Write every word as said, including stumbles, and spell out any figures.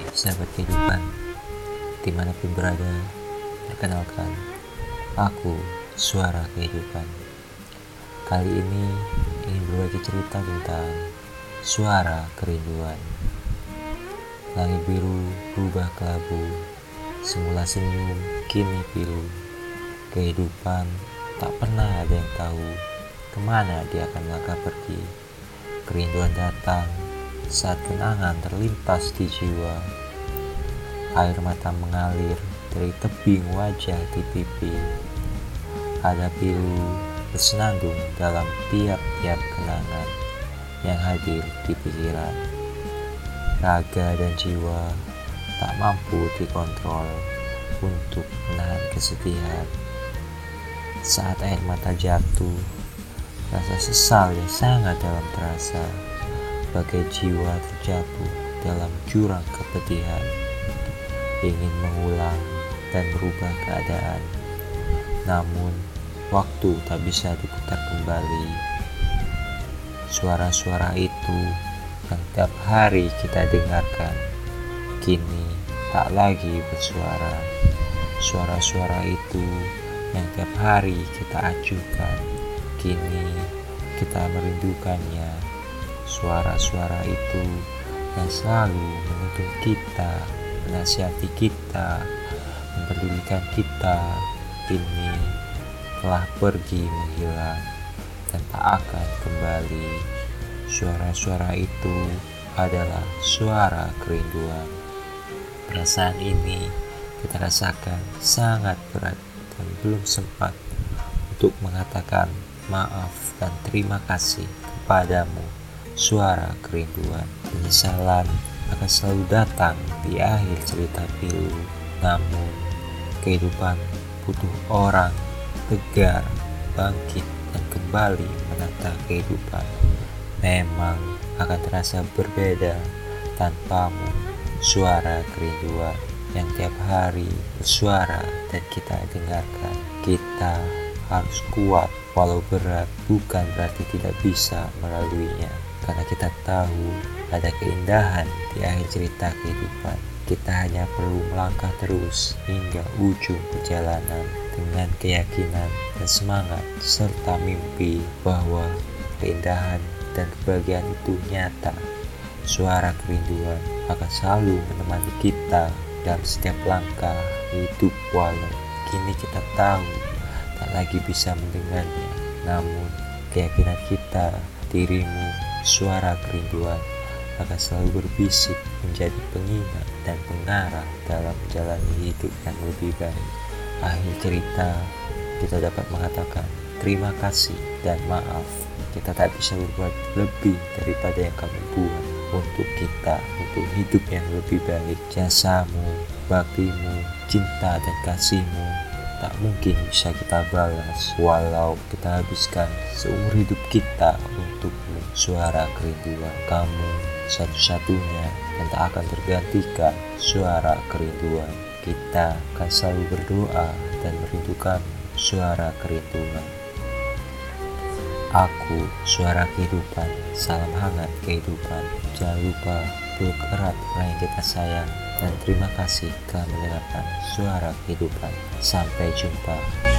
sahabat kehidupan, dimanapun berada, perkenalkan, aku Suara Kehidupan. Kali ini ingin berbagi cerita tentang suara kerinduan. Langit biru berubah kelabu, semula senyum kini pilu. Kehidupan tak pernah ada yang tahu kemana dia akan melangkah pergi. Kerinduan datang saat kenangan terlintas di jiwa. Air mata mengalir dari tebing wajah di pipi. Ada pilu bersenandung dalam tiap-tiap kenangan yang hadir di pikiran. Raga dan jiwa tak mampu dikontrol untuk menahan kesedihan. Saat air mata jatuh, rasa sesal yang sangat dalam terasa, bagai jiwa terjatuh dalam jurang kepedihan, ingin mengulang dan merubah keadaan. Namun, waktu tak bisa diputar kembali. Suara-suara itu yang tiap hari kita dengarkan, kini tak lagi bersuara. Suara-suara itu yang tiap hari kita acuhkan, kini kita merindukannya. Suara-suara itu yang selalu menuntun kita, menasihati kita, mempedulikan kita, kini telah pergi menghilang dan tak akan kembali. Suara-suara itu adalah suara kerinduan. Perasaan ini kita rasakan sangat berat dan belum sempat untuk mengatakan maaf dan terima kasih kepadamu. Suara kerinduan, penyesalan akan selalu datang di akhir cerita pilu. Namun, kehidupan butuh orang tegar, bangkit, dan kembali menata kehidupan. Memang akan terasa berbeda tanpamu. Suara kerinduan yang tiap hari bersuara dan kita dengarkan. Kita harus kuat, walau berat bukan berarti tidak bisa melaluinya. Karena kita tahu ada keindahan di akhir cerita kehidupan. Kita hanya perlu melangkah terus hingga ujung perjalanan dengan keyakinan dan semangat serta mimpi bahwa keindahan dan kebahagiaan itu nyata. Suara kerinduan akan selalu menemani kita dalam setiap langkah hidup, walau kini kita tahu tak lagi bisa mendengarnya. Namun keyakinan kita, dirimu, suara kerinduan akan selalu berbisik menjadi pengingat dan pengarah dalam menjalani hidup yang lebih baik. Akhir cerita, kita dapat mengatakan terima kasih dan maaf. Kita tak bisa berbuat lebih daripada yang kamu buat untuk kita, untuk hidup yang lebih baik. Jasamu, baktimu, cinta dan kasihmu tak mungkin bisa kita balas, walau kita habiskan seumur hidup kita untukmu. Suara kerinduan, kamu satu-satunya yang tak akan tergantikan. Suara kerinduan, kita akan selalu berdoa dan merindukan suara kerinduan. Aku Suara Kehidupan, salam hangat kehidupan. Jangan lupa peluk erat orang yang kita sayang, dan terima kasih telah mendengarkan Suara Kehidupan. Sampai jumpa.